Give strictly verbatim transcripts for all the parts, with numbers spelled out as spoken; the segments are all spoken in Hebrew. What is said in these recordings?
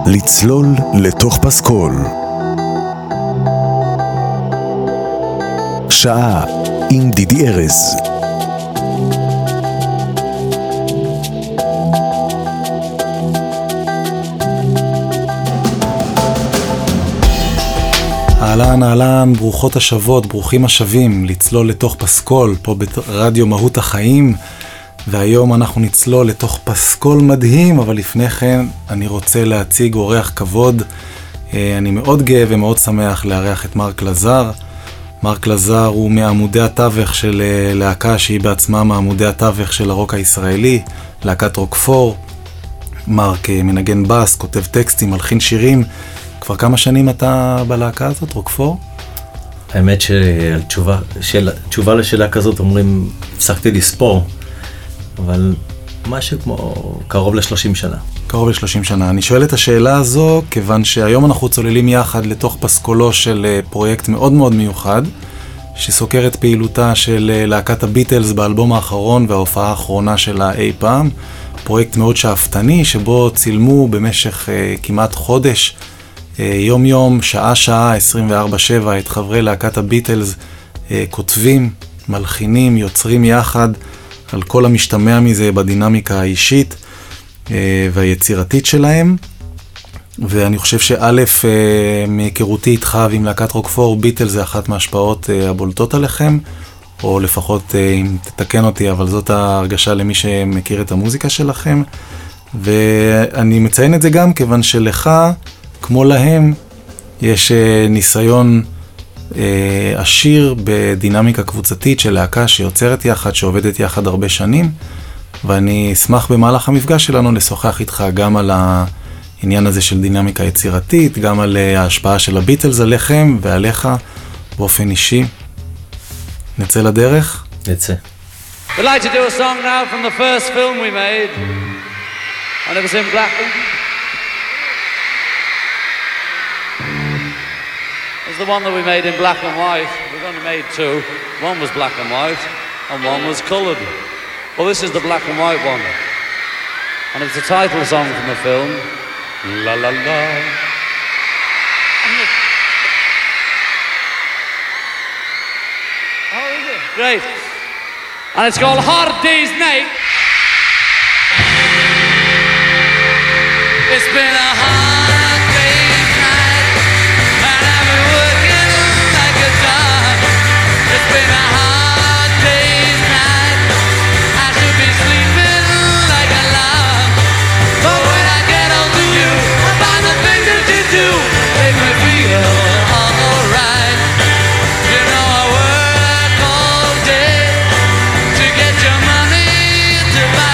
לצלול לתוך פסקול. שעה עם דידי ארז. אהלן, אהלן, ברוכות השבות, ברוכים השבים, לצלול לתוך פסקול, פה ברדיו מהות החיים, והיום אנחנו נצלול לתוך פסקול מדהים, אבל לפני כן אני רוצה להציג אורח כבוד. אני מאוד גאה ומאוד שמח לארח את מרק לזר. מרק לזר הוא מעמודי התווך של להקה שהיא בעצמה מעמודי התווך של הרוק הישראלי, להקת רוקפור. מרק מנגן בס, כותב טקסטים, מלחין שירים. כבר כמה שנים אתה בלהקה הזאת, רוקפור? האמת שתשובה של, תשובה לשאלה כזאת אומרים, הפסקתי לספור, אבל משהו כמו קרוב ל-שלושים שנה. קרוב ל-שלושים שנה. אני שואל את השאלה הזו, כיוון שהיום אנחנו צוללים יחד לתוך פסקולו של פרויקט מאוד מאוד מיוחד, שסוקר את פעילותה של להקת הביטלס באלבום האחרון וההופעה האחרונה שלה אי פעם. פרויקט מאוד שאפתני, שבו צילמו במשך uh, כמעט חודש, יום יום, שעה שעה, עשרים וארבע שבע, את חברי להקת הביטלס כותבים, מלחינים, יוצרים יחד על כל המשתמע מזה בדינמיקה האישית והיצירתית שלהם. ואני חושב שא' מהיכרותי איתך ועם להקת רוקפור, ביטלס זה אחת מההשפעות הבולטות עליכם, או לפחות אם תתקן אותי, אבל זאת ההרגשה למי שמכיר את המוזיקה שלכם. ואני מציין את זה גם כיוון שלך, כמו להם, יש ניסיון אה, עשיר בדינמיקה קבוצתית של להקה שיוצרת יחד, שעובדת יחד הרבה שנים, ואני אשמח במהלך המפגש שלנו לשוחח איתך גם על העניין הזה של דינמיקה יצירתית, גם על ההשפעה של הביטלס עליכם ועליך באופן אישי. נצא לדרך? נצא. We'd like to do a song now from the first film we made, and it was in black. It's the one that we made in black and white. We've only made two. One was black and white, and one was coloured. Well, this is the black and white one. And it's the title song from the film. La la la. Oh, is it? Great. And it's called Hard Day's Night. It's been a hard day's night, and I've been working like a dog. It's been a hard day's night, I should be sleeping like a log. But when I get on to you, I find the things that you do make me feel alright. You know I work all day to get your money to buy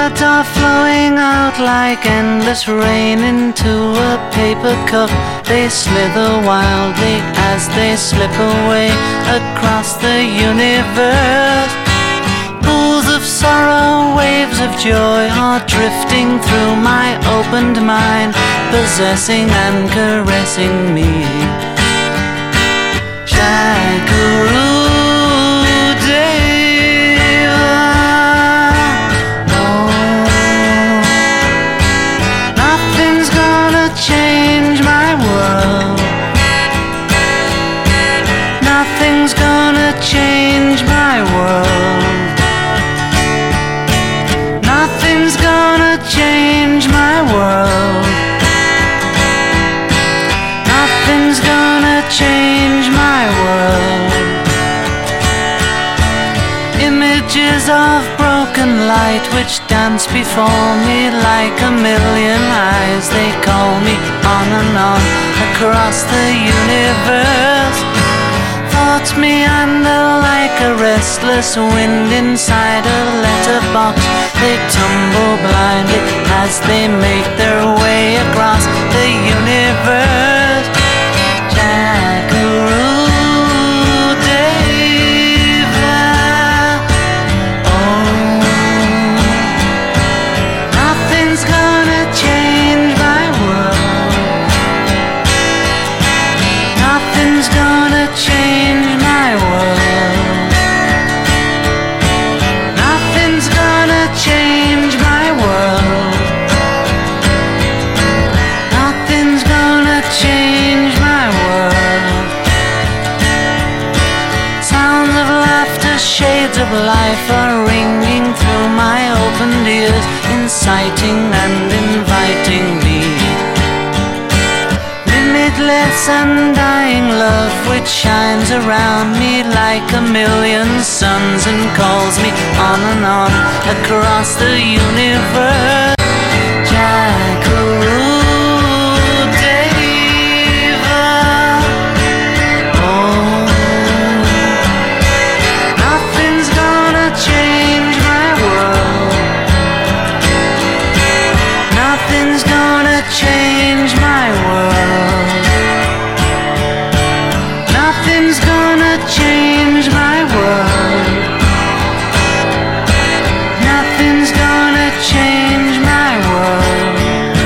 words are flowing out like endless rain into a paper cup. They slither wildly as they slip away across the universe. Pools of sorrow, waves of joy are drifting through my opened mind, possessing and caressing me. Shakuru Deva. Oh, nothing's gonna change my world. Nothing's gonna change my world. Nothing's gonna change my world. Nothing's gonna change my world. Images of broken light which dance before me like a million eyes. They call me on and on across the universe. Thoughts meander like a restless wind inside a letterbox. They tumble blindly as they make their way across the universe. Jackaroo Deva. Oh, nothing's gonna change my world. Nothing's gonna change my world. Nothing's gonna change my world. Nothing's gonna change my world. Sounds of laughter, shades of life are ringing through my opened ears, inciting and inviting me. Limitless undying love which shines around me like a million suns and calls me on and on across the universe. Jackaroo Deva. Oh, nothing's gonna change my world. Nothing's gonna change my world. Nothing's gonna change my world. Nothing's gonna change my world.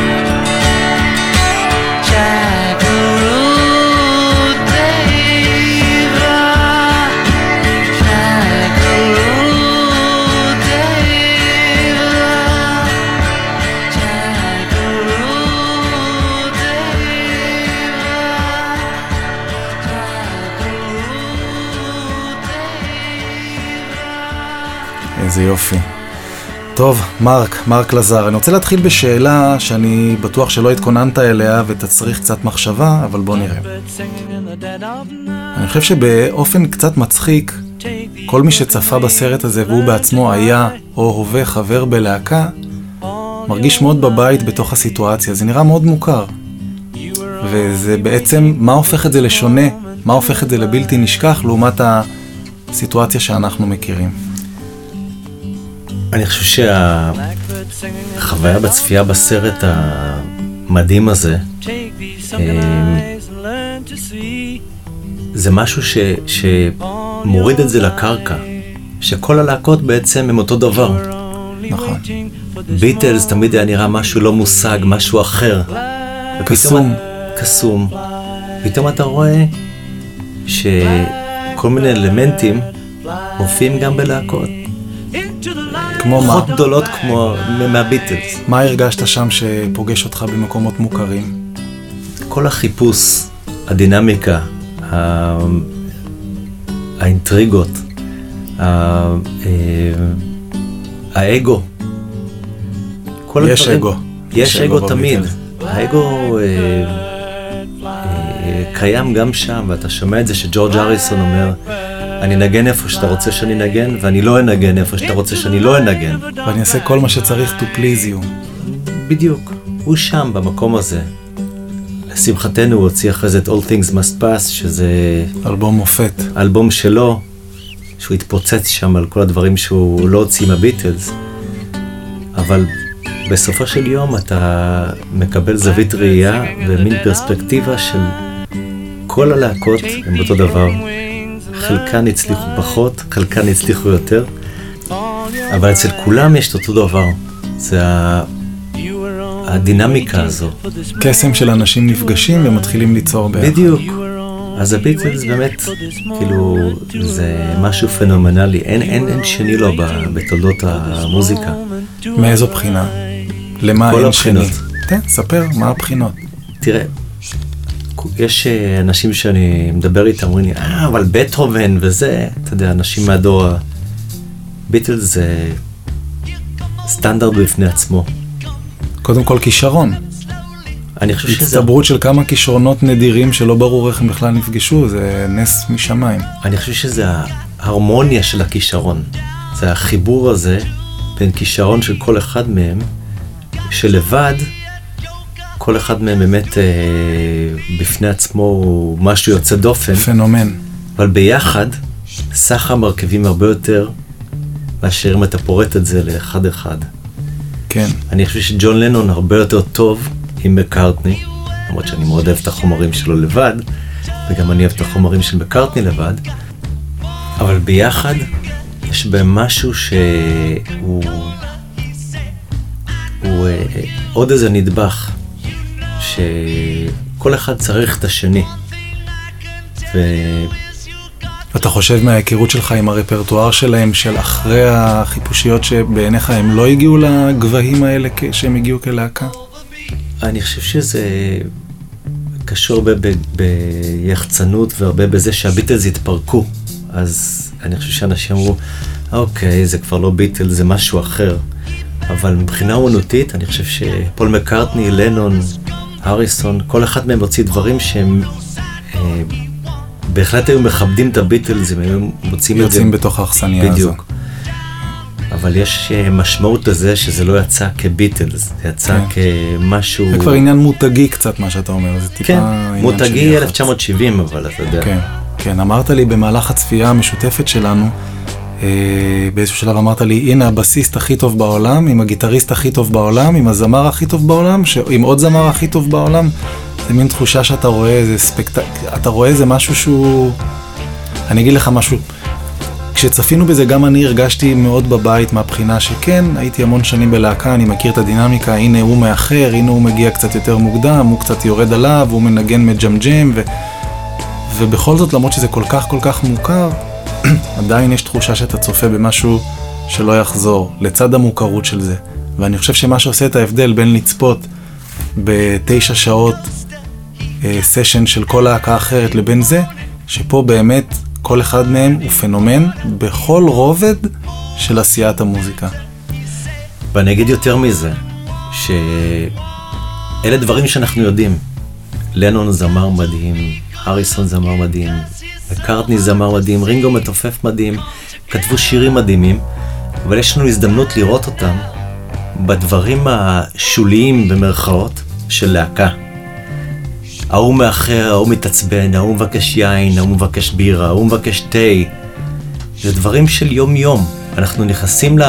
Jackaroo Deva. Jackaroo Deva. Jackaroo Deva. איזה יופי. טוב, מרק, מרק לזר, אני רוצה להתחיל בשאלה שאני בטוח שלא התכוננת אליה ותצריך קצת מחשבה, אבל בוא נראה. אני חושב שבאופן קצת מצחיק, כל מי שצפה בסרט הזה והוא בעצמו היה או הווה חבר בלהקה, מרגיש מאוד בבית בתוך הסיטואציה, זה נראה מאוד מוכר. וזה בעצם, מה הופך את זה לשונה, מה הופך את זה לבלתי נשכח לעומת הסיטואציה שאנחנו מכירים. אני חושב שהחוויה בצפייה בסרט המדהים הזה, זה משהו ש, שמוריד את זה לקרקע, שכל הלהקות בעצם הם אותו דבר. נכון. ביטלס תמיד היה נראה משהו לא מושג, משהו אחר. קסום. קסום. פתאום אתה רואה שכל מיני אלמנטים מופיעים גם בלהקות. כמו מה? פחות גדולות כמו מהביטלס. מה הרגשת שם שפוגש אותך במקומות מוכרים? כל החיפוש, הדינמיקה, האינטריגות, האגו. יש אגו. יש אגו תמיד. האגו קיים גם שם, ואתה שומע את זה שג'ורג' אריסון אומר, אני נגן איפה שאתה רוצה שאני נגן, ואני לא אנגן איפה שאתה רוצה שאני לא אנגן. ואני אעשה כל מה שצריך to please you. בדיוק. הוא שם, במקום הזה. לשמחתנו הוא הוציא אחרי זה את All Things Must Pass, שזה אלבום מופת. אלבום שלו, שהוא התפוצץ שם על כל הדברים שהוא לא הוציא עם הביטלס. אבל בסופו של יום אתה מקבל זווית ראייה ומין פרספקטיבה של כל הלהקות הם אותו דבר. חלקן הצליחו פחות, חלקן הצליחו יותר, אבל אצל כולם יש אותו דבר. זה ה... הדינמיקה הזו. קסם של אנשים נפגשים ומתחילים ליצור ביחד. בדיוק. אז הביטלס באמת, כאילו, זה משהו פנומנלי. אין, אין, אין שני לו בתולדות המוזיקה. מאיזו בחינה? למה אין הבחינות. שני? תן, ספר, מה הבחינות? תראה, יש אנשים שאני מדבר איתם, אומרים לי, אה, אבל בטהובן וזה, אתה יודע, אנשים מהדור הביטלס זה סטנדרט בפני עצמו. קודם כל כישרון. אני חושב שזה... הצטברות של כמה כישרונות נדירים שלא ברור איך הם בכלל נפגשו, זה נס משמיים. אני חושב שזה ההרמוניה של הכישרון. זה החיבור הזה בין כישרון של כל אחד מהם, שלבד, כל אחד מהם באמת אה, בפני עצמו הוא משהו יוצא דופן. פנומן. אבל ביחד, סך המרכיבים הרבה יותר, מאשר אם אתה פורט את זה לאחד אחד. כן. אני חושב שג'ון לנון הרבה יותר טוב עם מקארטני, למרות שאני מאוד אוהב את החומרים שלו לבד, וגם אני אוהב את החומרים של מקארטני לבד, אבל ביחד יש בהם משהו שהוא הוא אה, עוד איזה נדבך, שכל אחד צריך את השני. ו... אתה חושב מההיכרות שלך עם הרפרטואר שלהם, של אחרי החיפושיות שבעיניך הם לא הגיעו לגבהים האלה שהם הגיעו כלהקה? אני חושב שזה קשור הרבה ב- ביחצנות והרבה בזה שהביטלס התפרקו. אז אני חושב שאנשים אמרו, אוקיי, זה כבר לא ביטלס, זה משהו אחר. אבל מבחינה אומנותית, אני חושב שפול מקארטני, לנון, הריסון, כל אחד מהם הוציא דברים שהם אה, בהחלט היו מכבדים את הביטלס, הם היו מוצאים את זה. יוצאים בתוך האכסניה הזו. בדיוק. אבל יש משמעות לזה שזה לא יצא כביטלס, זה יצא כן. כמשהו... זה כבר עניין מותגי קצת מה שאתה אומר, זה טיפה כן, עניין מותגי של יח"צ. אלף תשע מאות שבעים, אבל אתה יודע. כן, כן, אמרת לי במהלך הצפייה המשותפת שלנו, אה, באיזשהו שלב אמרת לי, הנה הבסיסט הכי טוב בעולם, עם הגיטריסט הכי טוב בעולם, עם הזמר הכי טוב בעולם, ש... עם עוד זמר הכי טוב בעולם, זה מין תחושה שאתה רואה איזה ספקט... אתה רואה איזה משהו שהוא... אני אגיד לך משהו, כשצפינו בזה גם אני הרגשתי מאוד בבית מהבחינה שכן, הייתי המון שנים בלהקה, אני מכיר את הדינמיקה, הנה הוא מאחר, הנה הוא מגיע קצת יותר מוקדם, הוא קצת יורד עליו, הוא מנגן מג'מג'ם, ו... ובכל זאת, למרות שזה כל כך כל כך מוכר, עדיין יש תחושה שאתה צופה במשהו שלא יחזור, לצד המוכרות של זה. ואני חושב שמה שעושה את ההבדל בין לצפות בתשע שעות אה, סשן של כל להקה אחרת לבין זה, שפה באמת כל אחד מהם הוא פנומן בכל רובד של עשיית המוזיקה. ואני אגיד יותר מזה, שאלה דברים שאנחנו יודעים. לנון זמר מדהים, הריסון זמר מדהים, מקארטני זמר מדהים, רינגו מתופף מדהים, כתבו שירים מדהימים, אבל יש לנו הזדמנות לראות אותם בדברים השוליים במרכאות של להקה. ההוא מאחר, ההוא מתעצבן, ההוא מבקש יין, ההוא מבקש בירה, ההוא מבקש תה. זה דברים של יום יום. אנחנו נכנסים ל...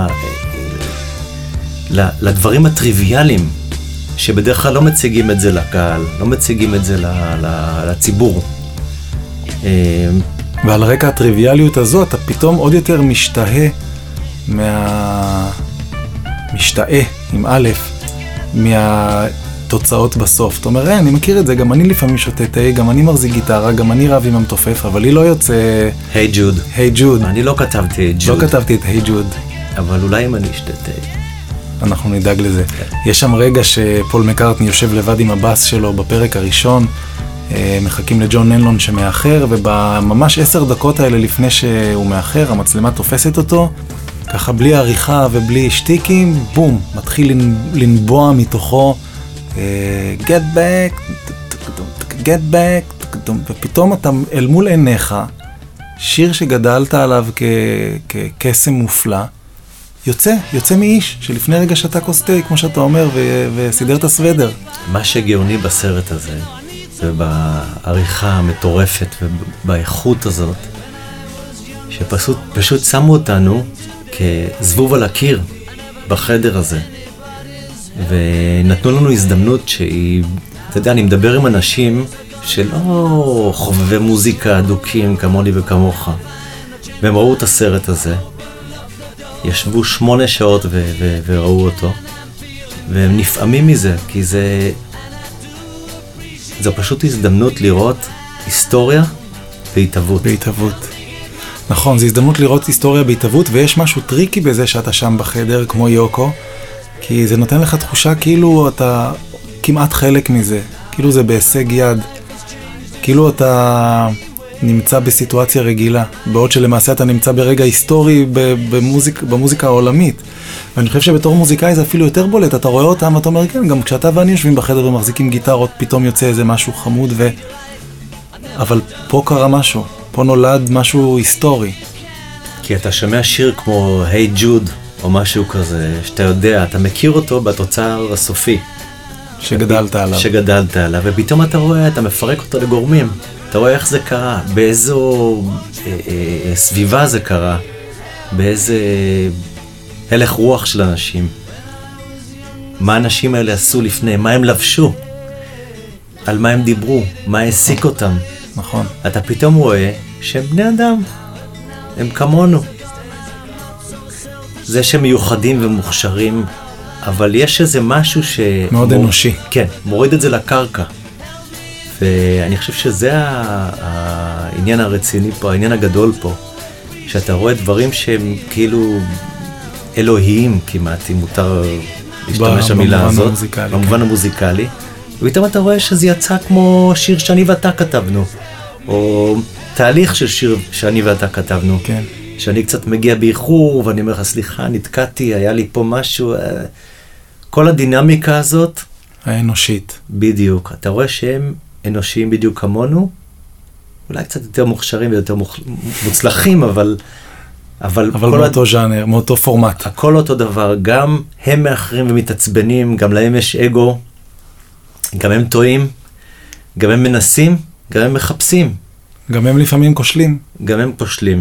ל... לדברים הטריוויאליים, שבדרך כלל לא מציגים את זה לקהל, לא מציגים את זה ל... ל... לציבור. ועל רקע הטריוויאליות הזו, אתה פתאום עוד יותר משתהה מה... משתהה, עם א', מהתוצאות בסוף. אתה אומר, אני מכיר את זה, גם אני לפעמים שותה תה, גם אני מחזיק גיטרה, גם אני רב עם המתופף, אבל לי לא יוצא... היי ג'וד. היי ג'וד. אני לא כתבתי היי ג'וד. לא כתבתי את היי ג'וד. אבל אולי אם אני אשתה תה. אנחנו נדאג לזה. יש שם רגע שפול מקארטני יושב לבד עם הבאס שלו בפרק הראשון, מחכים לג'ון לנון שמאחר, ובממש עשר דקות האלה לפני שהוא מאחר, המצלמה תופסת אותו, ככה בלי עריכה ובלי שטיקים, בום, מתחיל לנבוע מתוכו, get back, get back, ופתאום אתה אל מול עיניך, שיר שגדלת עליו כקסם מופלא, יוצא, יוצא מאיש, שלפני רגע שאתה כוס תה, כמו שאתה אומר, וסידר את הסוודר. מה שגאוני בסרט הזה, ובעריכה המטורפת ובאיכות הזאת, שפשוט פשוט שמו אותנו כזבוב על הקיר. בחדר הזה. ונתנו לנו הזדמנות שהיא, אתה יודע, אני מדבר עם אנשים שלא חובבי מוזיקה אדוקים כמוני וכמוך, והם ראו את הסרט הזה, ישבו שמונה שעות ו- ו- וראו אותו, והם נפעמים מזה, כי זה, זו פשוט הזדמנות לראות היסטוריה בהתהוות. בהתהוות. נכון, זו הזדמנות לראות היסטוריה בהתהוות, ויש משהו טריקי בזה שאתה שם בחדר, כמו יוקו, כי זה נותן לך תחושה כאילו אתה כמעט חלק מזה, כאילו זה בהישג יד, כאילו אתה נמצא בסיטואציה רגילה, בעוד שלמעשה אתה נמצא ברגע היסטורי במוזיק, במוזיקה העולמית. ואני חושב שבתור מוזיקאי זה אפילו יותר בולט, אתה רואה אותם, אתה אומר, כן, גם כשאתה ואני יושבים בחדר ומחזיקים גיטרות, פתאום יוצא איזה משהו חמוד, ו... אבל פה קרה משהו, פה נולד משהו היסטורי. כי אתה שומע שיר כמו היי ג'וד, או משהו כזה, שאתה יודע, אתה מכיר אותו בתוצר הסופי. שגדלת עליו. שגדלת עליו, ופתאום אתה רואה, אתה מפרק אותו לגורמים. אתה רואה איך זה קרה, באיזו אה, אה, סביבה זה קרה, באיזה הלך רוח של אנשים. מה האנשים האלה עשו לפני, מה הם לבשו, על מה הם דיברו, מה העסיק אותם. נכון. אתה פתאום רואה שהם בני אדם, הם כמונו. זה שהם מיוחדים ומוכשרים, אבל יש איזה משהו ש... מאוד מור... אנושי. כן, מוריד את זה לקרקע. ואני חושב שזה העניין הרציני פה, העניין הגדול פה, שאתה רואה דברים שהם כאילו אלוהיים כמעט, אם מותר להשתמש במילה הזאת, המוזיקלי, במובן כן. המוזיקלי, ופתאום אתה רואה שזה יצא כמו שיר שאני ואתה כתבנו, או תהליך של שיר שאני ואתה כתבנו, כן. שאני קצת מגיע באיחור, ואני אומר לך, סליחה, נתקעתי, היה לי פה משהו, כל הדינמיקה הזאת, האנושית. בדיוק, אתה רואה שהם אנושיים בדיוק כמונו, אולי קצת יותר מוכשרים ויותר מוצלחים, אבל... אבל, אבל מאותו הד... ז'אנר, מאותו פורמט. הכל אותו דבר, גם הם מאחרים ומתעצבנים, גם להם יש אגו, גם הם טועים, גם הם מנסים, גם הם מחפשים. גם הם לפעמים כושלים. גם הם פושלים.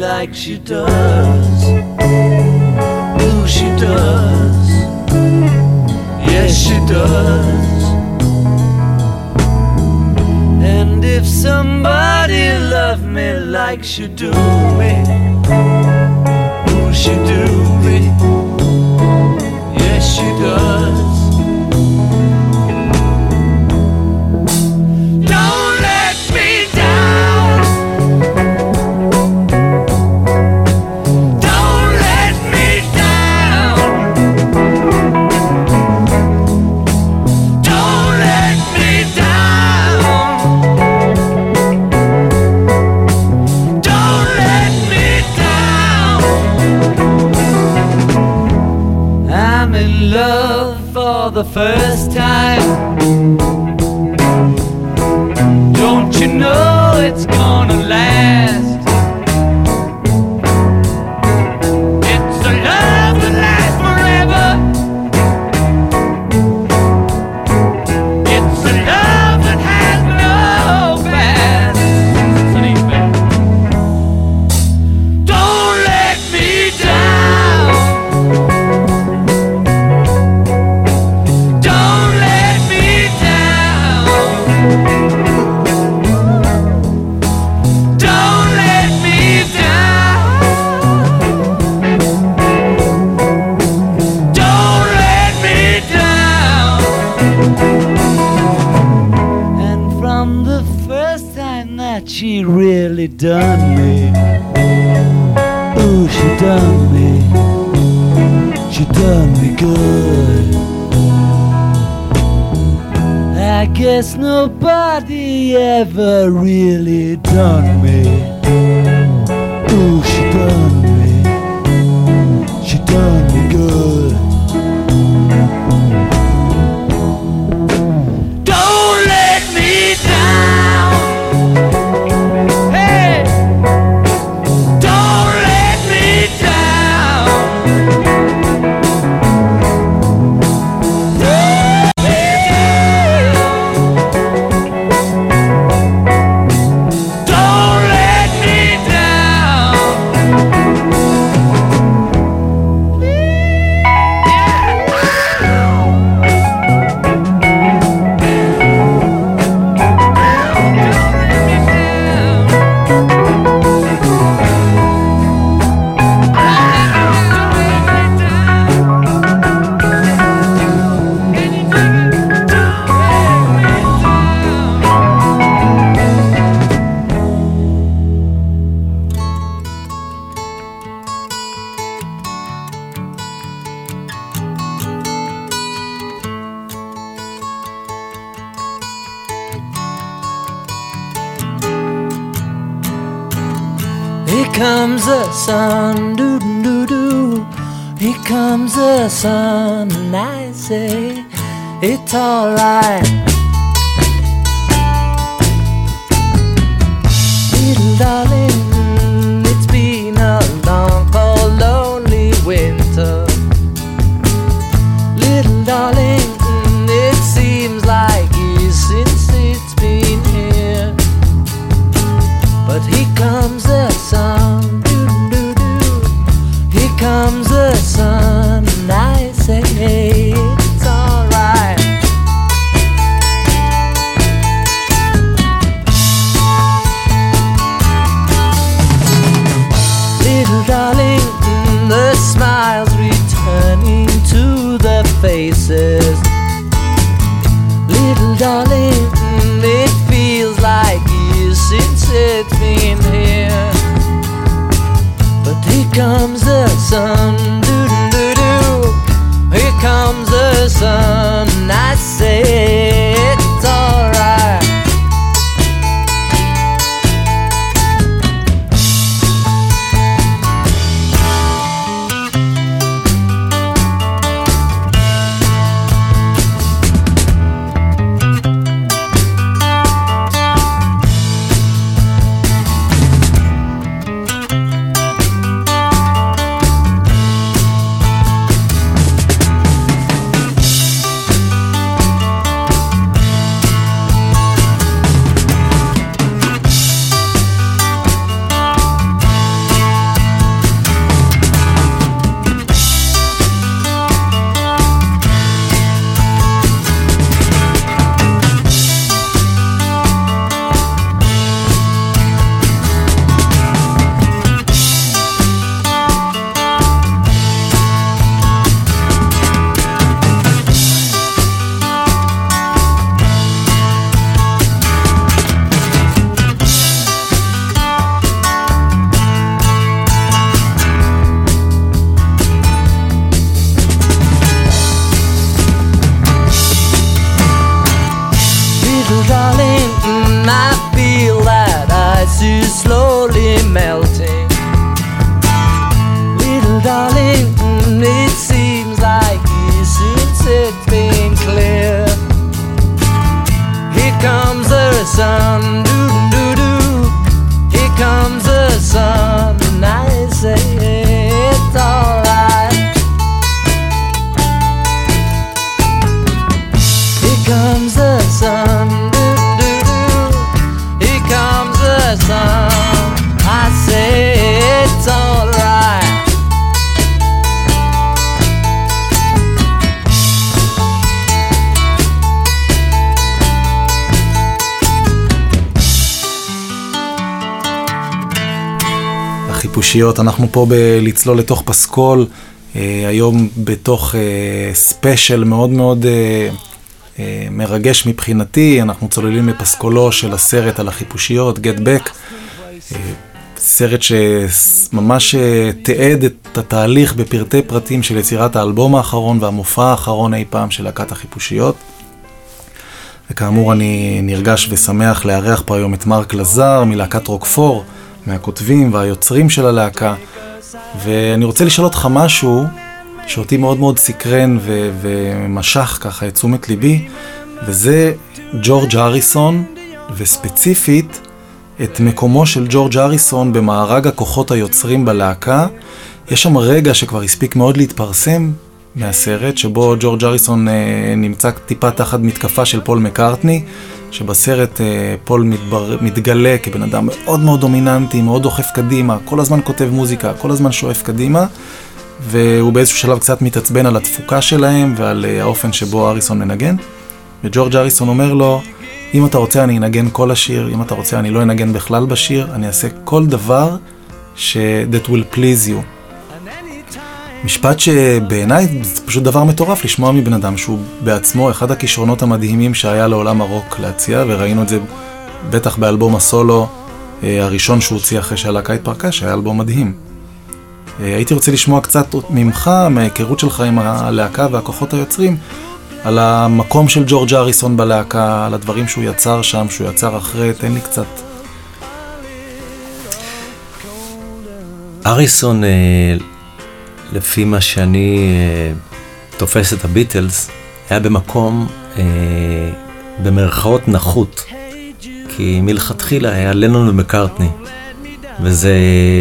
like she does. Ooh, she does. Yes, she does. And if somebody loved me like she do me, ooh, she do me. Yes, she does. Don't let me down. Don't let me down. Don't let me down. Don't let me down. I'm in love for the first time. Don't you know it's gonna last? It's a love that lasts forever. It's a love that has no past. Don't let me down. Don't let me down. Don't let me down. Don't let me down. And from the first time that she really done me, ooh, she done me. She done me good. I guess nobody ever really done me. Ooh, she done me. She done me good. Don't let me down. Hey, don't let me down. Don't let me down. Here comes the sun, doo doo doo. Here comes the sun, and I say it's alright. Little darling, it's been a long, cold, lonely winter. Little darling, it seems like years since it's been here. But here comes the sun, doo doo doo. Here comes the sun, and I say it's alright. Little darling, the smiles returning to the faces. Little darling, it feels like years since it's been here. But here comes the sun, doo doo doo. Here comes the sun, and I say it's alright. too slowly melting. Little darling, it seems like you soon set being clear. Here comes the sun, doo doo doo. Here comes the sun, and I say it's alright. Here comes the sun, doo doo doo. Here comes the sun, I say it's alright. חיפושיות, אנחנו פה בלצלול לתוך פסקול, אה, היום בתוך אה, ספיישל מאוד מאוד אה, אה, מרגש מבחינתי, אנחנו צוללים לפסקולו של הסרט על החיפושיות, Get Back, אה, סרט שממש אה, תיעד את התהליך בפרטי פרטים של יצירת האלבום האחרון והמופע האחרון אי פעם של להקת החיפושיות. וכאמור אני נרגש ושמח לארח פה היום את מרק לזר מלהקת רוקפור, מהכותבים והיוצרים של הלהקה, ואני רוצה לשאול אותך משהו שאותי מאוד מאוד סקרן ו- ומשך ככה את תשומת ליבי, וזה ג'ורג' הריסון, וספציפית את מקומו של ג'ורג' הריסון במארג הכוחות היוצרים בלהקה. יש שם רגע שכבר הספיק מאוד להתפרסם מהסרט, שבו ג'ורג' הריסון אה, נמצא טיפה תחת מתקפה של פול מקארטני, שבסרט פול מתבר... מתגלה כבן אדם מאוד מאוד דומיננטי, מאוד דוחף קדימה, כל הזמן כותב מוזיקה, כל הזמן שואף קדימה, והוא באיזשהו שלב קצת מתעצבן על התפוקה שלהם ועל האופן שבו הריסון מנגן, וג'ורג' הריסון אומר לו, אם אתה רוצה אני אנגן כל השיר, אם אתה רוצה אני לא אנגן בכלל בשיר, אני אעשה כל דבר ש... that will please you. משפט שבעיניי זה פשוט דבר מטורף לשמוע מבן אדם שהוא בעצמו אחד הכישרונות המדהימים שהיה לעולם הרוק להציע, וראינו את זה בטח באלבום הסולו הראשון שהוא הוציא אחרי שהלהקה התפרקה, שהיה אלבום מדהים. הייתי רוצה לשמוע קצת ממך, מההיכרות שלך עם הלהקה והכוחות היוצרים, על המקום של ג'ורג' הריסון בלהקה, על הדברים שהוא יצר שם, שהוא יצר אחרי, תן לי קצת. הריסון, לפי מה שאני uh, תופס את הביטלס, היה במקום uh, במרכאות נחות, כי מלכתחילה היה לנון ומקארטני, וזה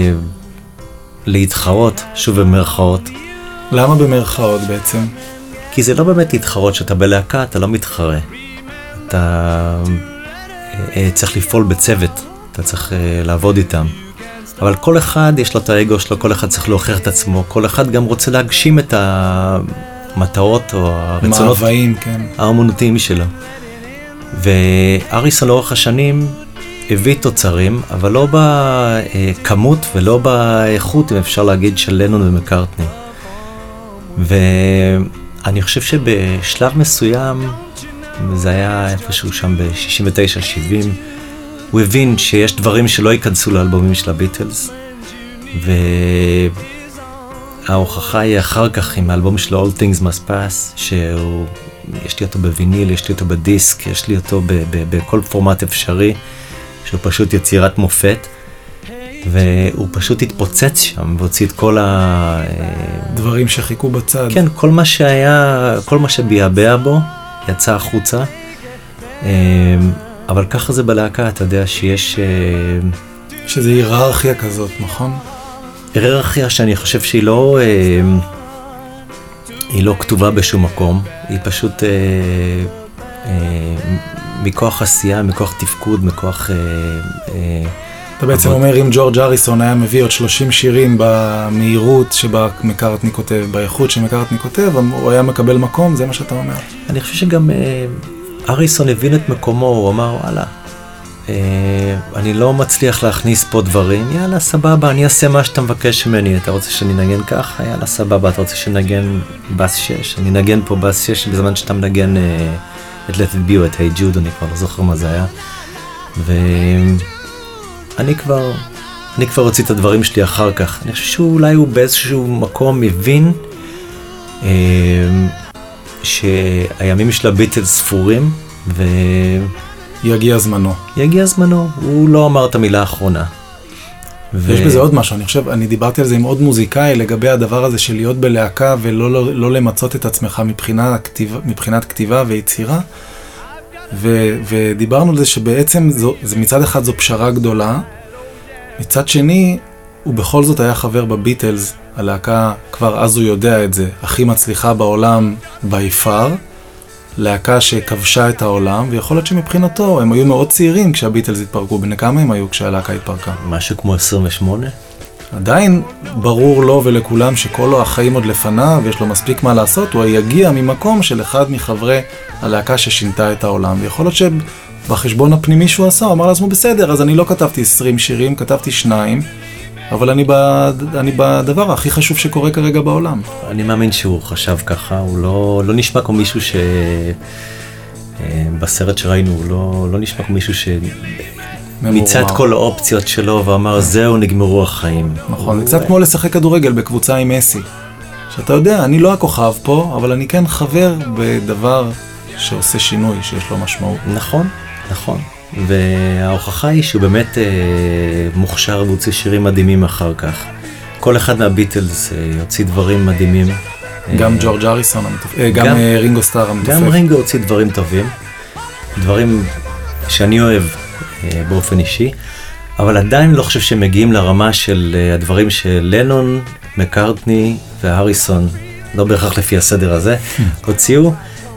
להתחרות, שוב במרכאות. למה במרכאות בעצם? כי זה לא באמת להתחרות, שאתה בלהקה, אתה לא מתחרה. אתה uh, צריך לפעול בצוות, אתה צריך uh, לעבוד איתם. אבל כל אחד יש לו את האגו שלו, כל אחד צריך להוכיח את עצמו, כל אחד גם רוצה להגשים את המטרות או הרצונות מאוויים, כן. האמנותיים שלו. והריסון לאורך השנים הביא תוצרים, אבל לא בכמות ולא באיכות, אם אפשר להגיד, של לנון ומקארטני. ואני חושב שבשלב מסוים, זה היה איפשהו שם ב-שישים ותשע שבעים, הוא הבין שיש דברים שלא ייכנסו לאלבומים של הביטלס, וההוכחה היא אחר כך עם האלבום שלו All Things Must Pass, שיש לי אותו בוויניל, יש לי אותו בדיסק, יש לי אותו ב- ב- בכל פורמט אפשרי, שהוא פשוט יצירת מופת, והוא פשוט התפוצץ שם והוציא את כל ה... דברים שחיכו בצד. כן, כל מה שהיה, כל מה שביעבע בו יצא החוצה. אבל ככה זה בלהקה, אתה יודע שיש... שזה היררכיה כזאת, נכון? היררכיה שאני חושב שהיא לא... היא לא כתובה בשום מקום, היא פשוט מכוח עשייה, מכוח תפקוד, מכוח... אתה בעצם אומר, אם ג'ורג' הריסון היה מביא עוד שלושים שירים במהירות שבה מקארטני כותב, באיכות שמקארטני כותב, הוא היה מקבל מקום, זה מה שאתה אומר. אני חושב שגם הריסון הבין את מקומו, הוא אמר, וואלה, אני לא מצליח להכניס פה דברים, יאללה, סבבה, אני אעשה מה שאתה מבקש ממני, אתה רוצה שאני נגן ככה? יאללה, סבבה, אתה רוצה שנגן בס שש? אני נגן פה בס שש בזמן שאתה מנגן את Let It Be או את Hey Jude, אני כבר לא זוכר מה זה היה. ואני כבר, אני כבר הוציא את הדברים שלי אחר כך. אני חושב שאולי הוא באיזשהו מקום מבין שהימים של הביטלס ספורים, יגיע זמנו. יגיע זמנו, הוא לא אמר את המילה האחרונה. ו... יש בזה עוד משהו, אני חושב, אני דיברתי על זה עם עוד מוזיקאי, לגבי הדבר הזה של להיות בלהקה ולא לא, לא למצות את עצמך מבחינת כתיבה, מבחינת כתיבה ויצירה, ו, ודיברנו על זה שבעצם זו, זה מצד אחד זו פשרה גדולה, מצד שני, הוא בכל זאת היה חבר בביטלס, הלהקה, כבר אז הוא יודע את זה, הכי מצליחה בעולם ביפר, להקה שכבשה את העולם, ויכול להיות שמבחינתו הם היו מאוד צעירים כשהביטלס התפרקו. בני כמה הם היו כשהלהקה התפרקה? משהו כמו עשרים ושמונה. עדיין ברור לו ולכולם שכל לו החיים עוד לפניו, ויש לו מספיק מה לעשות, הוא יגיע ממקום של אחד מחברי הלהקה ששינתה את העולם. ויכול להיות שבחשבון הפנימי שהוא עשה, הוא אמר לעצמו בסדר, אז אני לא כתבתי עשרים שירים, כתבתי שניים, אבל אני, בד... אני בדבר הכי חשוב שקורה כרגע בעולם. אני מאמין שהוא חשב ככה, הוא לא, לא נשמע כמו מישהו ש... בסרט שראינו, הוא לא, לא נשמע כמו מישהו שמיצה את כל האופציות שלו ואמר, זהו, נגמרו החיים. נכון, זה קצת כמו לשחק כדורגל בקבוצה עם מסי. שאתה יודע, אני לא הכוכב פה, אבל אני כן חבר בדבר שעושה שינוי, שיש לו משמעות. נכון, נכון. וההוכחה היא שהוא באמת אה, מוכשר והוציא שירים מדהימים אחר כך. כל אחד מהביטלס אה, הוציא דברים מדהימים. גם אה, ג'ורג' אריסון, המתופ... אה, גם, גם אה, רינגו סטאר המתופף. גם רינגו הוציא דברים טובים, דברים שאני אוהב אה, באופן אישי, אבל עדיין לא חושב שהם מגיעים לרמה של אה, הדברים של לנון, מקארטני והריסון, לא בהכרח לפי הסדר הזה, הוציאו.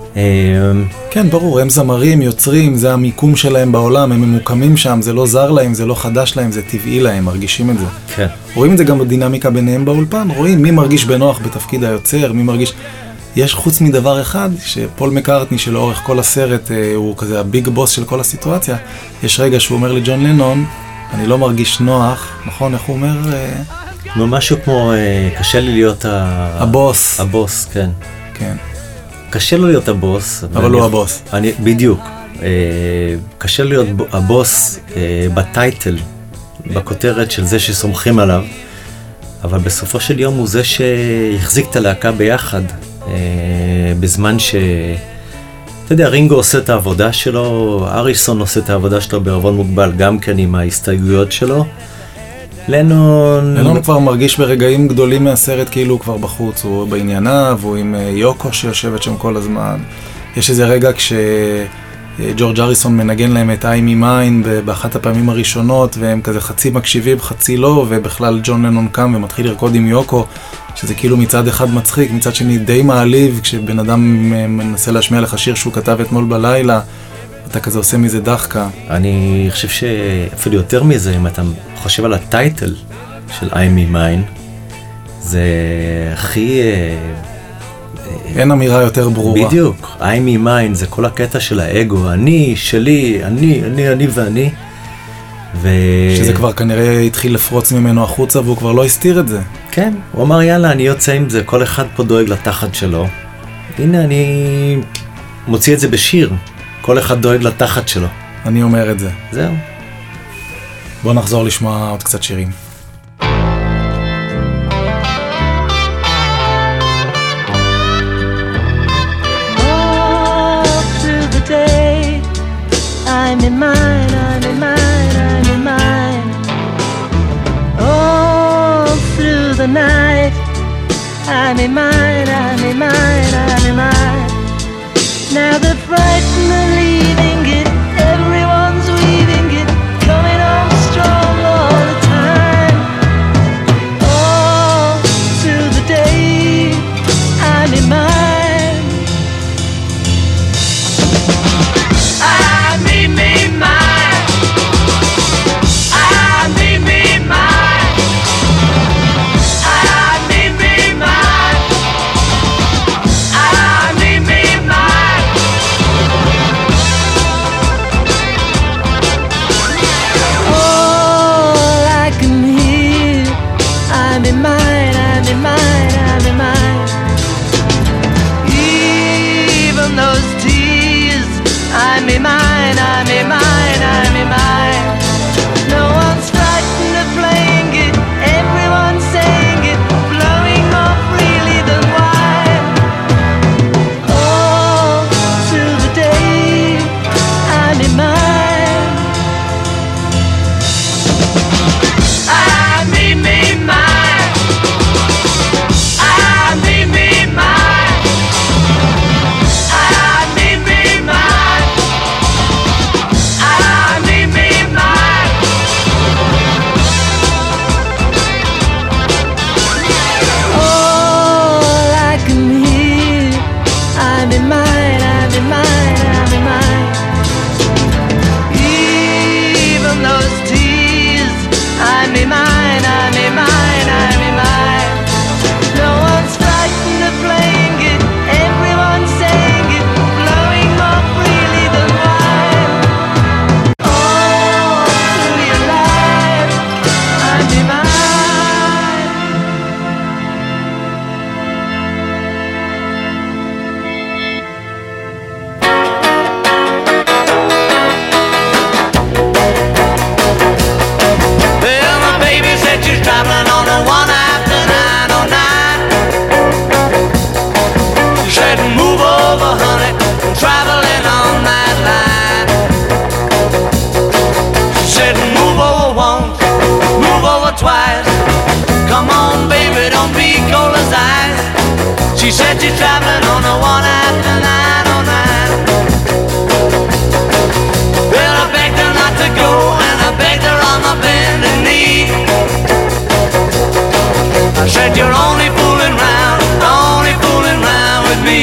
כן, ברור, הם זמרים, יוצרים, זה המיקום שלהם בעולם, הם ממוקמים שם, זה לא זר להם, זה לא חדש להם, זה טבעי להם, מרגישים את זה. כן. רואים את זה גם בדינמיקה ביניהם באולפן, רואים מי מרגיש בנוח בתפקיד היוצר, מי מרגיש... יש חוץ מדבר אחד, שפול מקארטני שלאורך כל הסרט הוא כזה הביג בוס של כל הסיטואציה, יש רגע שהוא אומר לג'ון לנון, אני לא מרגיש נוח, נכון, איך הוא אומר? משהו כמו, קשה לי להיות ה... הבוס. הבוס, כן. כן. קשה לו להיות הבוס. אבל הוא הבוס. אני, בדיוק. אה, קשה להיות הבוס אה, בטייטל, בכותרת של זה שסומכים עליו, אבל בסופו של יום הוא זה שהחזיק את הלהקה ביחד, אה, בזמן ש... אתה יודע, רינגו עושה את העבודה שלו, אריסון עושה את העבודה שלו בערבון מוגבל, גם כן עם ההסתייגויות שלו. לנון... לנון כבר מרגיש ברגעים גדולים מהסרט כאילו הוא כבר בחוץ, הוא בענייניו, הוא עם יוקו שיושבת שם כל הזמן. יש איזה רגע כשג'ורג' אריסון מנגן להם את I'm in mine באחת הפעמים הראשונות, והם כזה חצי מקשיבים, חצי לא, ובכלל ג'ון לנון קם ומתחיל לרקוד עם יוקו, שזה כאילו מצד אחד מצחיק, מצד שני די מעליב, כשבן אדם מנסה להשמיע לך שיר שהוא כתב אתמול בלילה, אתה כזה עושה מזה דחקה. אני חושב שאפילו יותר מזה, אם אתה חושב על הטייטל של I'm in mine, זה הכי... אין אמירה יותר ברורה. בדיוק. I'm in mine זה כל הקטע של האגו, אני, שלי, אני, אני, אני ואני. ו... שזה כבר כנראה התחיל לפרוץ ממנו החוצה, והוא כבר לא הסתיר את זה. כן, הוא אמר יאללה, אני יוצא עם זה, כל אחד פה דואג לתחת שלו. הנה, אני מוציא את זה בשיר. כל אחד דואג לתחת שלו. אני אומר את זה. זהו. בוא נחזור לשמוע עוד קצת שירים. I'm in mine, I'm in mine, I'm in mine. All through the night, I'm in mine, I'm in mine, I'm in mine. Now the frightened are leaving it, everyone's weaving it, coming on strong all the time. All through the day, I'm in mine. don't be cold as ice. She said she's traveling on a one after nine oh nine. Well, I begged her not to go, and I begged her on my bending knee. I said, you're only fooling round, only fooling round with me.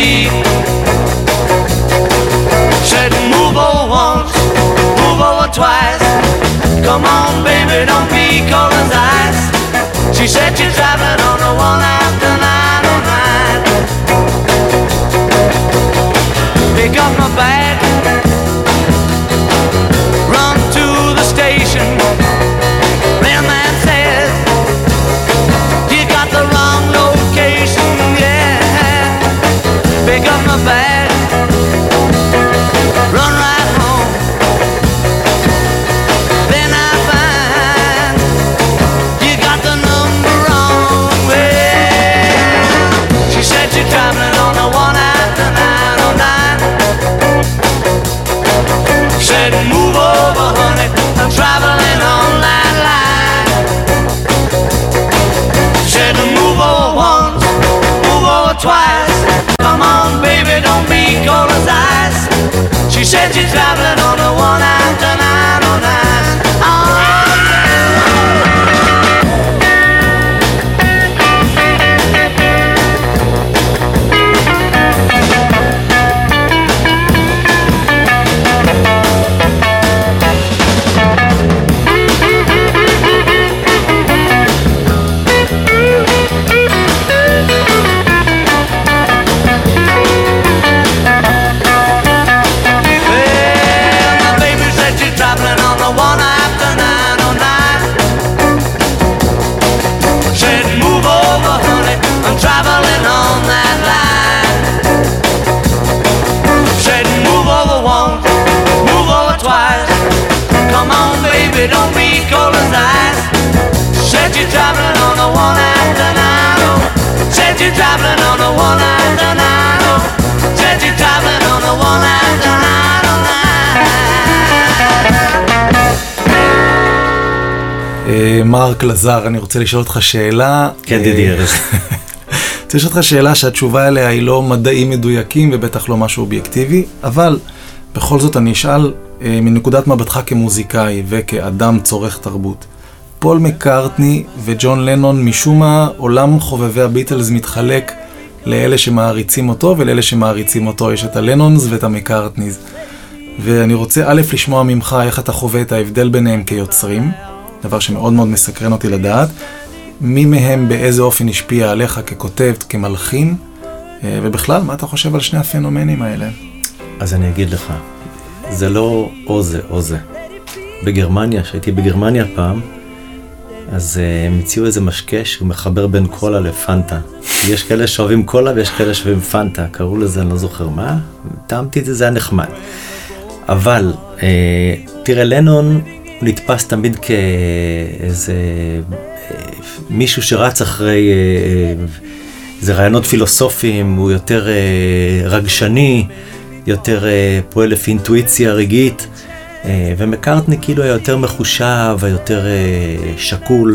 Said, move over once, move over twice. Come on, baby, don't be cold as ice. She said she's traveling on the one after nine oh nine. Pick up my bag, run to the station. Mailman says, you got the wrong location, yeah. Pick up my bag, run right home. Then I find you got the number wrong. Well, she said she's traveling on the one after nine oh nine. Said move over, honey, I'm traveling on that line. Said move over once, move over twice. Come on, baby, don't be cold as ice. She said she's traveling on the one after nine oh nine. Oh, traveling on that line. Said move over once, move over twice. Come on, baby, don't be cold as ice. Said you're traveling on the one after nine oh. Said you're traveling on the one after nine oh. Said you're traveling on the one after nine oh nine. מרק לזר, אני רוצה לשאול אותך שאלה. כן, דידי ארז. רוצה לשאול אותך שאלה שהתשובה אליה היא לא מדעים מדויקים ובטח לא משהו אובייקטיבי, אבל בכל זאת אני אשאל מנקודת מבטך כמוזיקאי וכאדם צורך תרבות. פול מקארטני וג'ון לנון, משום מה עולם חובבי הביטלס מתחלק לאלה שמעריצים אותו ולאלה שמעריצים אותו. יש את הלנונס ואת המקארטניז. ואני רוצה א' לשמוע ממך איך אתה חווה את ההבדל ביניהם כיוצרים, דבר שמאוד מאוד מסקרן אותי לדעת. מי מהם באיזה אופן השפיע עליך ככותב, כמלחין, ובכלל, מה אתה חושב על שני הפנומנים האלה? אז אני אגיד לך, זה לא או זה או זה. בגרמניה, שהייתי בגרמניה פעם, אז הם הציעו איזה משקה שהוא מחבר בין קולה לפנטה. יש כאלה שאוהבים קולה ויש כאלה שאוהבים פנטה, קראו לזה, אני לא זוכר מה, טעמתי את זה, זה היה נחמד. אבל, אה, תראה, לנון הוא נתפס תמיד כאיזה מישהו שרץ אחרי איזה רעיונות פילוסופיים, הוא יותר רגשני, יותר פועל לפי אינטואיציה רגעית, ומקארטני כאילו היה יותר מחושב, יותר שקול,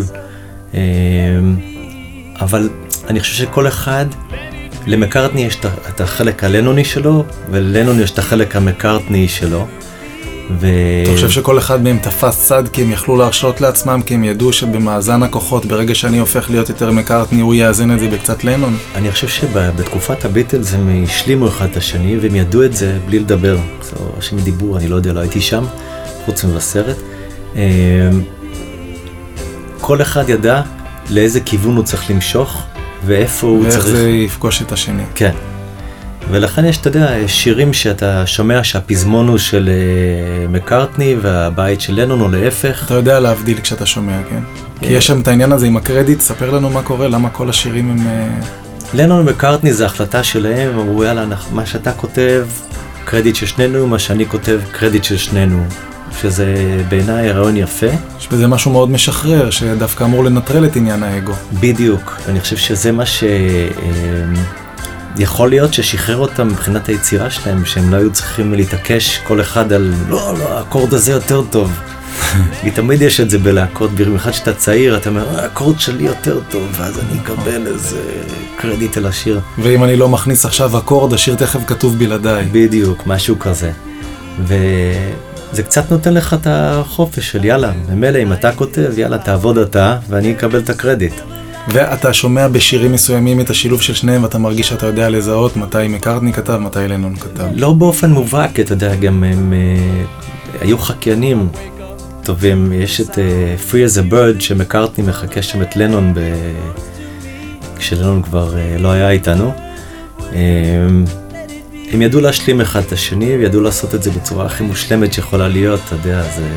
אבל אני חושב שכל אחד, למקארטני יש את החלק הלנוני שלו, וללנון יש את החלק המקארטני שלו. ו... אתה חושב שכל אחד מהם תפס צד כי הם יכלו להרשות לעצמם, כי הם ידעו שבמאזן הכוחות, ברגע שאני הופך להיות יותר מקארטני, הוא יאזן את זה בקצת לנון? אני חושב שבתקופת הביטלס הם השלימו אחד את השני, והם ידעו את זה בלי לדבר. או שהם דיברו, אני לא יודע, לא הייתי שם, חוץ מבסרט. כל אחד ידע לאיזה כיוון הוא צריך למשוך, ואיפה הוא צריך... ואיך זה יפגוש את השני. כן. ולכן יש, אתה יודע, שירים שאתה שומע שהפזמון הוא של מקארטני והבית של לנון או להפך. אתה יודע להבדיל כשאתה שומע, כן? כי יש שם את העניין הזה עם הקרדיט, ספר לנו מה קורה, למה כל השירים הם... לנון ומקארטני זה החלטה שלהם, אמרו יאללה, מה שאתה כותב, קרדיט של שנינו, מה שאני כותב, קרדיט של שנינו. שזה בעיניי רעיון יפה. יש בזה משהו מאוד משחרר, שדווקא אמור לנטרל את עניין האגו. בדיוק, אני חושב שזה מה ש... יכול להיות ששחרר אותם מבחינת היצירה שלהם, שהם לא היו צריכים להתעקש כל אחד על, לא, לא, האקורד הזה יותר טוב. כי תמיד יש את זה בלהקות, במיוחד שאתה צעיר, אתה אומר, האקורד שלי יותר טוב, ואז אני אקבל איזה קרדיט על השיר. ואם אני לא מכניס עכשיו אקורד, השיר תכף כתוב בלעדיי. בדיוק, משהו כזה. וזה קצת נותן לך את החופש של יאללה, ממילא אם אתה כותב, יאללה תעבוד אתה, ואני אקבל את הקרדיט. ואתה שומע בשירים מסוימים את השילוב של שניהם, ואתה מרגיש שאתה יודע לזהות מתי מקארטני כתב, מתי לנון כתב. לא באופן מובהק, אתה יודע, גם הם uh, היו חקיינים טובים. יש את uh, Free as a Bird שמקארטני מחכה שם את לנון, ב... כשלנון כבר uh, לא היה איתנו. Um, הם ידעו להשלים אחד את השני, וידעו לעשות את זה בצורה הכי מושלמת שיכולה להיות, אתה יודע, זה...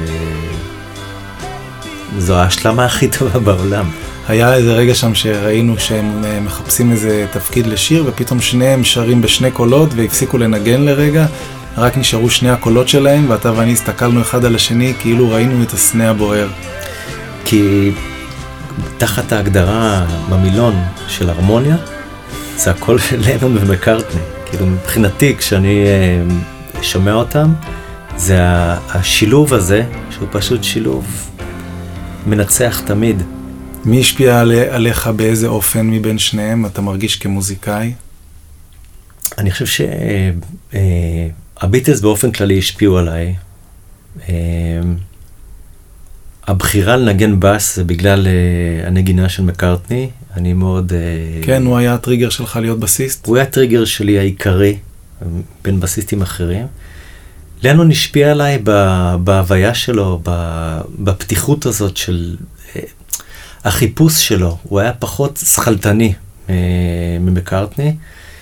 זו ההשלמה הכי טובה בעולם. היה איזה רגע שם שראינו שהם מחפשים איזה תפקיד לשיר, ופתאום שניהם שרים בשני קולות והפסיקו לנגן לרגע, רק נשארו שני הקולות שלהם, ואתה ואני הסתכלנו אחד על השני כאילו ראינו את הסנה הבוער. כי תחת ההגדרה במילון של הרמוניה, זה הכל של לנון ומקארטני. כאילו מבחינתי כשאני שומע אותם, זה השילוב הזה, שהוא פשוט שילוב מנצח תמיד. מי השפיע עליך באיזה אופן מבין שניהם? אתה מרגיש כמוזיקאי? אני חושב שהביטלס באופן כללי השפיעו עליי. הבחירה לנגן בס זה בגלל הנגינה של מקארטני. אני מאוד... כן, הוא היה הטריגר שלך להיות בסיסט? הוא היה הטריגר שלי העיקרי, בין בסיסטים אחרים. לנון השפיע עליי בהוויה שלו, בפתיחות הזאת של... החיפוש שלו, הוא היה פחות שחלטני ממקארטני.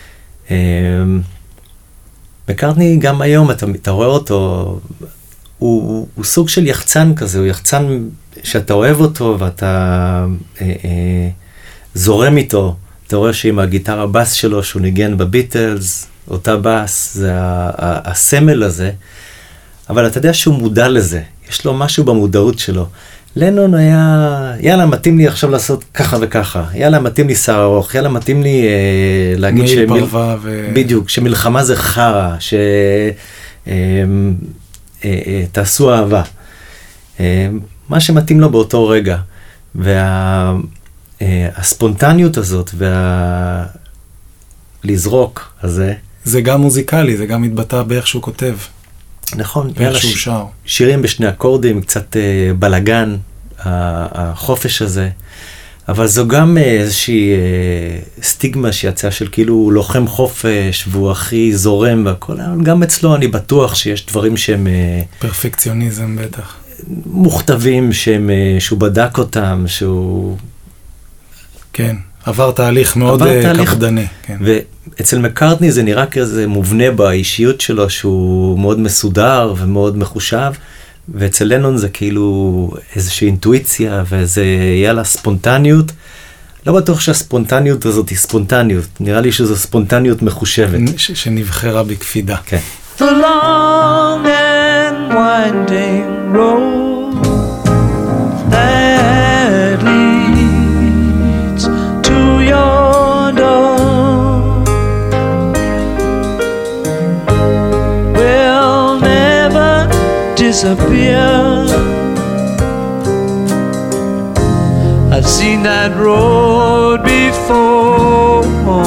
מקארטני גם היום, אתה, אתה רואה אותו, הוא, הוא, הוא סוג של יחצן כזה, הוא יחצן שאתה אוהב אותו ואתה אה, אה, זורם איתו. אתה רואה שעם הגיטרה בס שלו, שהוא ניגן בביטלס, אותה בס, זה ה, ה, הסמל הזה. אבל אתה יודע שהוא מודע לזה, יש לו משהו במודעות שלו. לנון היה, יאללה, מתאים לי עכשיו לעשות ככה וככה, יאללה, מתאים לי שר ארוך, יאללה, מתאים לי אה, להגיד שמיל פרווה ו... בדיוק, שמלחמה זה חרה, שתעשו אה, אה, אהבה. אה, מה שמתאים לו באותו רגע. והספונטניות אה, הזאת, והלזרוק הזה. זה גם מוזיקלי, זה גם מתבטא באיך שהוא כותב. נכון, ואיך שהוא שר. שירים בשני אקורדים, קצת אה, בלגן, החופש הזה, אבל זו גם איזושהי אה, סטיגמה שיצאה של כאילו לוחם חופש, והוא הכי זורם והכל, אבל גם אצלו אני בטוח שיש דברים שהם... אה, פרפקציוניזם בטח. מוכתבים, שהם, אה, שהוא בדק אותם, שהוא... כן, עבר תהליך מאוד קפדני. כן. ואצל מקארטני זה נראה כזה מובנה באישיות שלו, שהוא מאוד מסודר ומאוד מחושב, ואצל לנון זה כאילו איזושהי אינטואיציה ואיזה יאללה ספונטניות. לא בטוח שהספונטניות הזאת היא ספונטניות, נראה לי שזו ספונטניות מחושבת. ש- שנבחרה בקפידה. כן. The long and winding road that leads to your door will never disappear. I've seen that road before.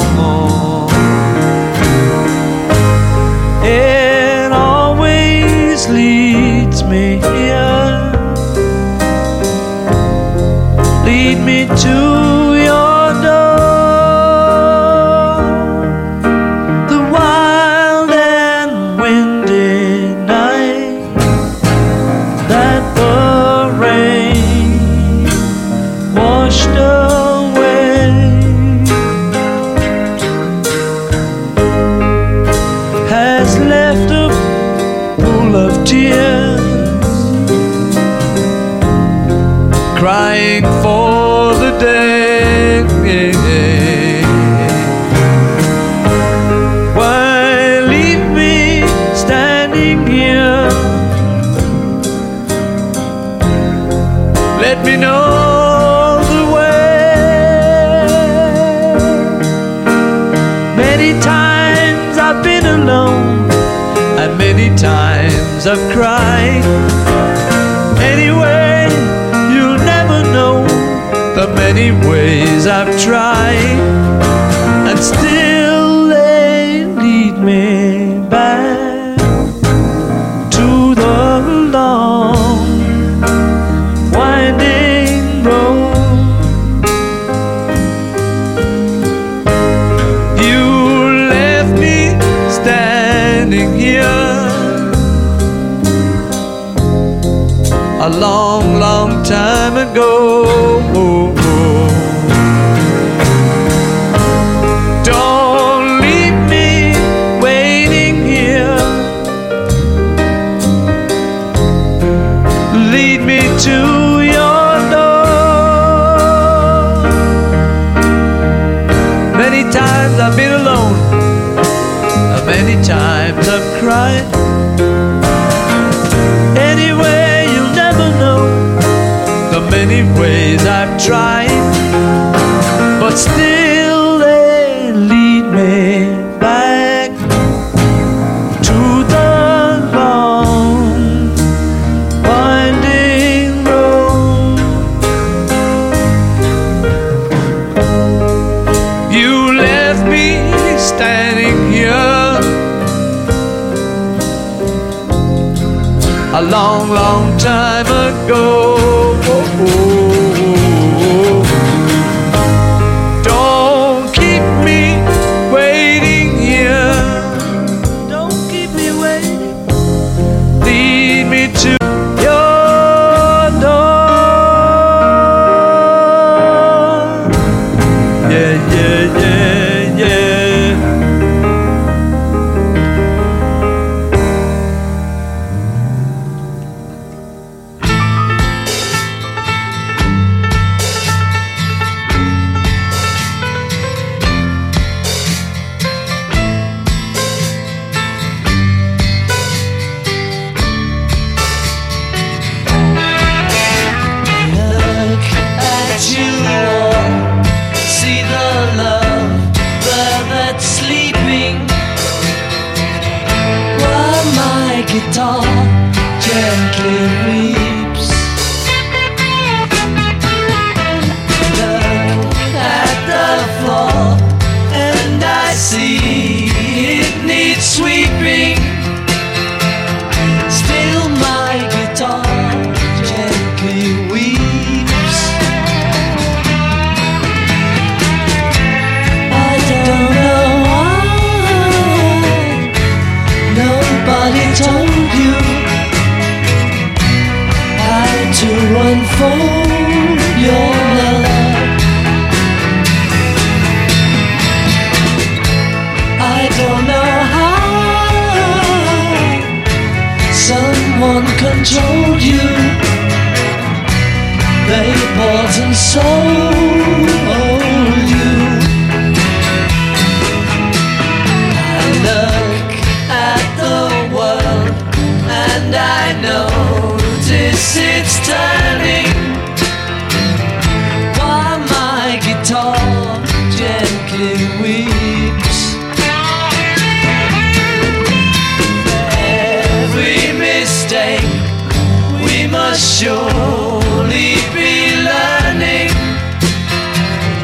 It always leads me here. Lead me to your door. The wild and windy night that the rain washed away has left a pool of tears, crying for the day. Why leave me standing here? Let me know the way. Many times I've been alone, and many times I've cried. Anyway, ways I've tried, and still they lead me back to the long winding road. You left me standing here a long, long time ago. Don't leave me waiting here. Lead me to your door. Many times I've been alone, many times I've cried. Anyway, you'll never know the many ways I've tried, but still they lead me back to the long winding road. You left me standing here a long, long time ago. Don't keep me waiting here. Don't keep me waiting. Lead me to your door. Yeah, yeah, yeah, yeah. Look at you all, see the love bird that's sleeping, while my guitar gently weeps. Look at the floor and I see it needs sweeping. Still my guitar gently weeps. I don't know why nobody told you how to unfold your love. I don't know how someone controlled you. They bought and sold you. I look at the world and I notice it's turning, while my guitar gently weeps. Every mistake we must surely be learning.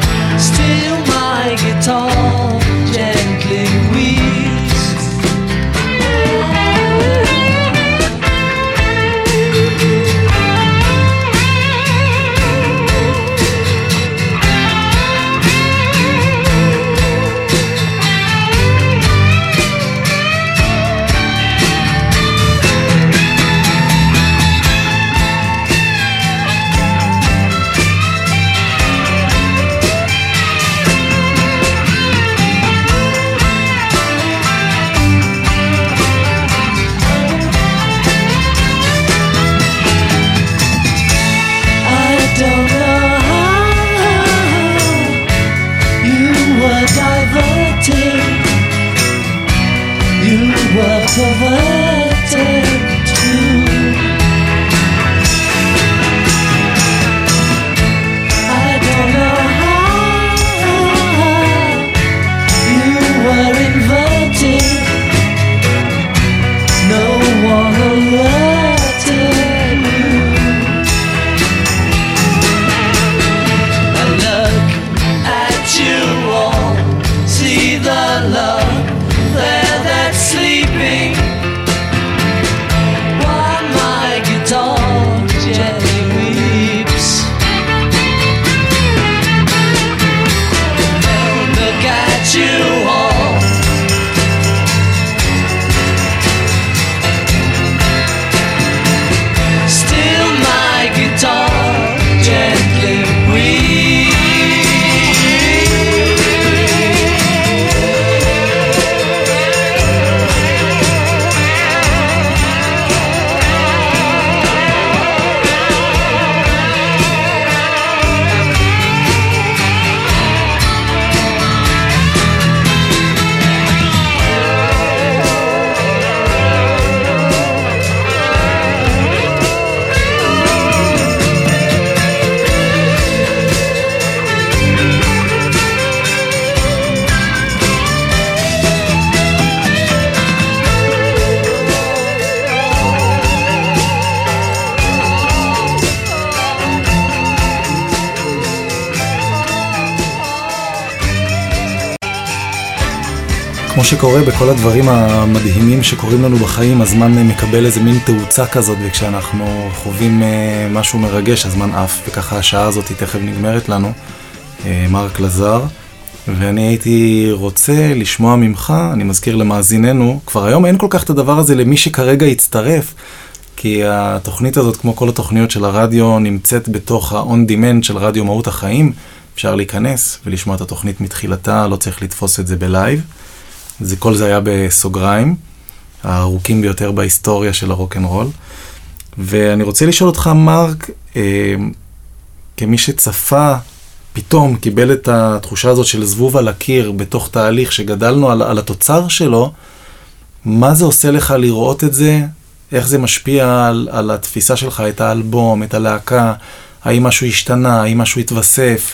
כמו שקורה בכל הדברים המדהימים שקורים לנו בחיים, הזמן מקבל איזה מין תאוצה כזאת, וכשאנחנו חווים משהו מרגש, הזמן עף, וככה השעה הזאת תכף נגמרת לנו. מרק לזר, ואני הייתי רוצה לשמוע ממך, אני מזכיר למאזיננו, כבר היום אין כל כך את הדבר הזה למי שכרגע יצטרף, כי התוכנית הזאת, כמו כל התוכניות של הרדיו, נמצאת בתוך ה-on demand של רדיו מהות החיים. אפשר להיכנס ולשמוע את התוכנית מתחילתה, לא צריך לתפוס את זה בלייב. זה, כל זה היה בסוגריים, הארוכים ביותר בהיסטוריה של הרוק'נ'רול. ואני רוצה לשאול אותך, מרק, אה, כמי שצפה, פתאום קיבל את התחושה הזאת של זבוב על הקיר בתוך תהליך שגדלנו על, על התוצר שלו, מה זה עושה לך לראות את זה? איך זה משפיע על, על התפיסה שלך, את האלבום, את הלהקה? האם משהו השתנה? האם משהו התווסף?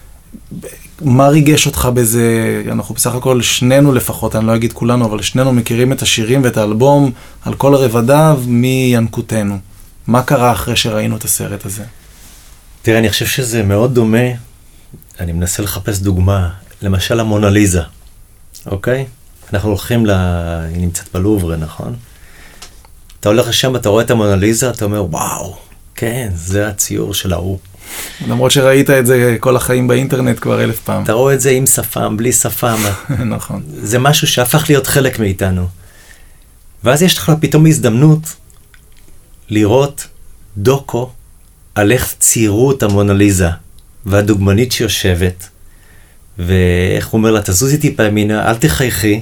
מה ריגש אותך בזה? אנחנו בסך הכל שנינו לפחות, אני לא אגיד כולנו, אבל שנינו מכירים את השירים ואת האלבום על כל הרבדיו מינקותנו. מה קרה אחרי שראינו את הסרט הזה? תראה, אני חושב שזה מאוד דומה, אני מנסה לחפש דוגמה, למשל המונליזה, אוקיי? אנחנו הולכים ל... היא נמצאת בלוברה, נכון? אתה הולך לשם, אתה רואה את המונליזה, אתה אומר, וואו, כן, זה הציור של ההוא. למרות שראית את זה כל החיים באינטרנט כבר אלף פעם. אתה רואה את זה עם שפם, בלי שפם. נכון. זה משהו שהפך להיות חלק מאיתנו. ואז יש לך פתאום הזדמנות לראות דוקו על איך ציירו את המונליזה, והדוגמנית שיושבת, ואיך הוא אומר לה, תזוזי טיפה ימינה, אל תחייכי,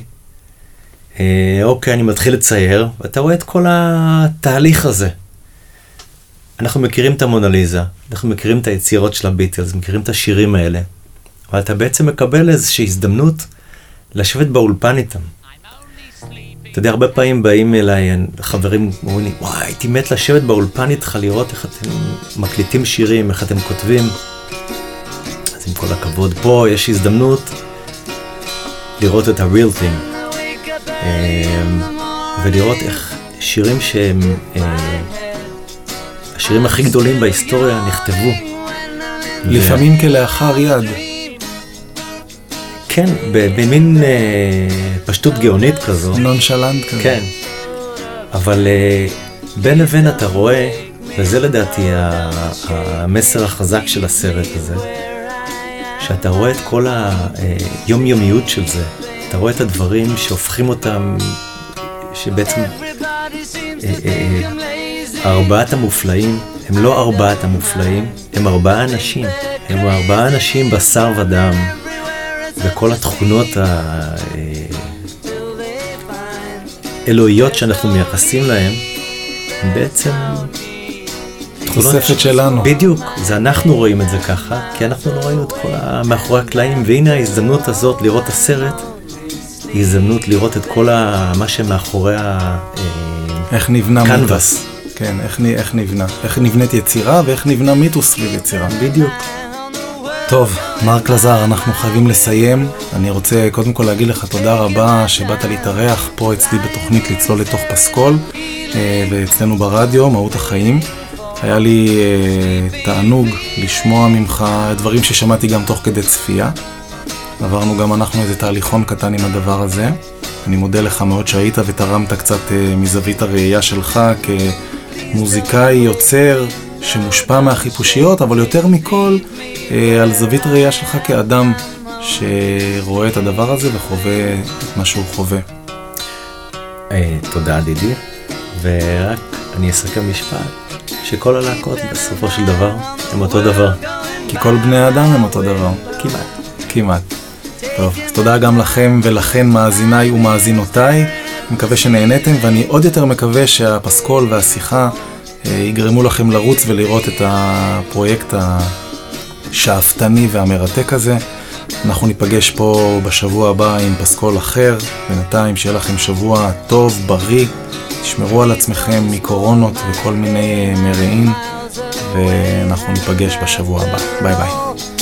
אה, אוקיי, אני מתחיל לצייר, ואתה רואה את כל התהליך הזה. אנחנו מכירים את המונליזה, אנחנו מכירים את היצירות של הביטלס, מכירים את השירים האלה, אבל אתה בעצם מקבל איזושהי הזדמנות לשבת באולפן איתם. אתה יודע, הרבה פעמים באים אליי, חברים אומרים לי, וואי, הייתי מת לשבת באולפן איתך, לראות איך אתם מקליטים שירים, איך אתם כותבים. אז עם כל הכבוד, פה יש הזדמנות לראות את ה-real thing, ולראות איך שירים שהם השירים הכי גדולים בהיסטוריה נכתבו. לפעמים כלאחר יד. כן, במין פשטות גאונית כזו. נונשלנט כזה. כן. אבל בין לבין אתה רואה, וזה לדעתי המסר החזק של הסרט הזה, שאתה רואה את כל היומיומיות של זה. אתה רואה את הדברים שהופכים אותם, שבעצם ארבעת המופלאים, הם לא ארבעת המופלאים, הם ארבעה אנשים. הם ארבעה אנשים בשר ודם, וכל התכונות האלוהיות שאנחנו מייחסים להם, הם בעצם תוספת שלנו. בדיוק, זה אנחנו רואים את זה ככה, כי אנחנו לא ראינו את כל מאחורי הקלעים, והנה ההזדמנות הזאת לראות את הסרט, היא הזדמנות לראות את כל מה שמאחורי ה... איך נבנה קנבס. מיתוס. כן, איך, איך נבנה. איך נבנית יצירה ואיך נבנה מיתוס סביב יצירה. בדיוק. טוב, מרק לזר, אנחנו חייבים לסיים. אני רוצה קודם כל להגיד לך תודה רבה שבאת להתארח פה אצלי בתוכנית לצלול לתוך פסקול, ואצלנו ברדיו, מהות החיים. היה לי תענוג לשמוע ממך דברים ששמעתי גם תוך כדי צפייה. עברנו גם אנחנו איזה תהליכון קטן עם הדבר הזה. אני מודה לך מאוד שהיית ותרמת קצת מזווית הראייה שלך כמוזיקאי יוצר שמושפע מהחיפושיות, אבל יותר מכל על זווית ראייה שלך כאדם שרואה את הדבר הזה וחווה את מה שהוא חווה. תודה דידי, ורק אני אסכם משפט שכל הלהקות בסופו של דבר הם אותו דבר. כי כל בני האדם הם אותו דבר. כמעט. כמעט. טוב, אז תודה גם לכם ולכן מאזיניי ומאזינותיי. אני מקווה שנהניתם, ואני עוד יותר מקווה שהפסקול והשיחה יגרמו לכם לרוץ ולראות את הפרויקט השאפתני והמרתק הזה. אנחנו ניפגש פה בשבוע הבא עם פסקול אחר. בינתיים שיהיה לכם שבוע טוב, בריא, תשמרו על עצמכם מקורונות וכל מיני מרעים, ואנחנו ניפגש בשבוע הבא. ביי ביי.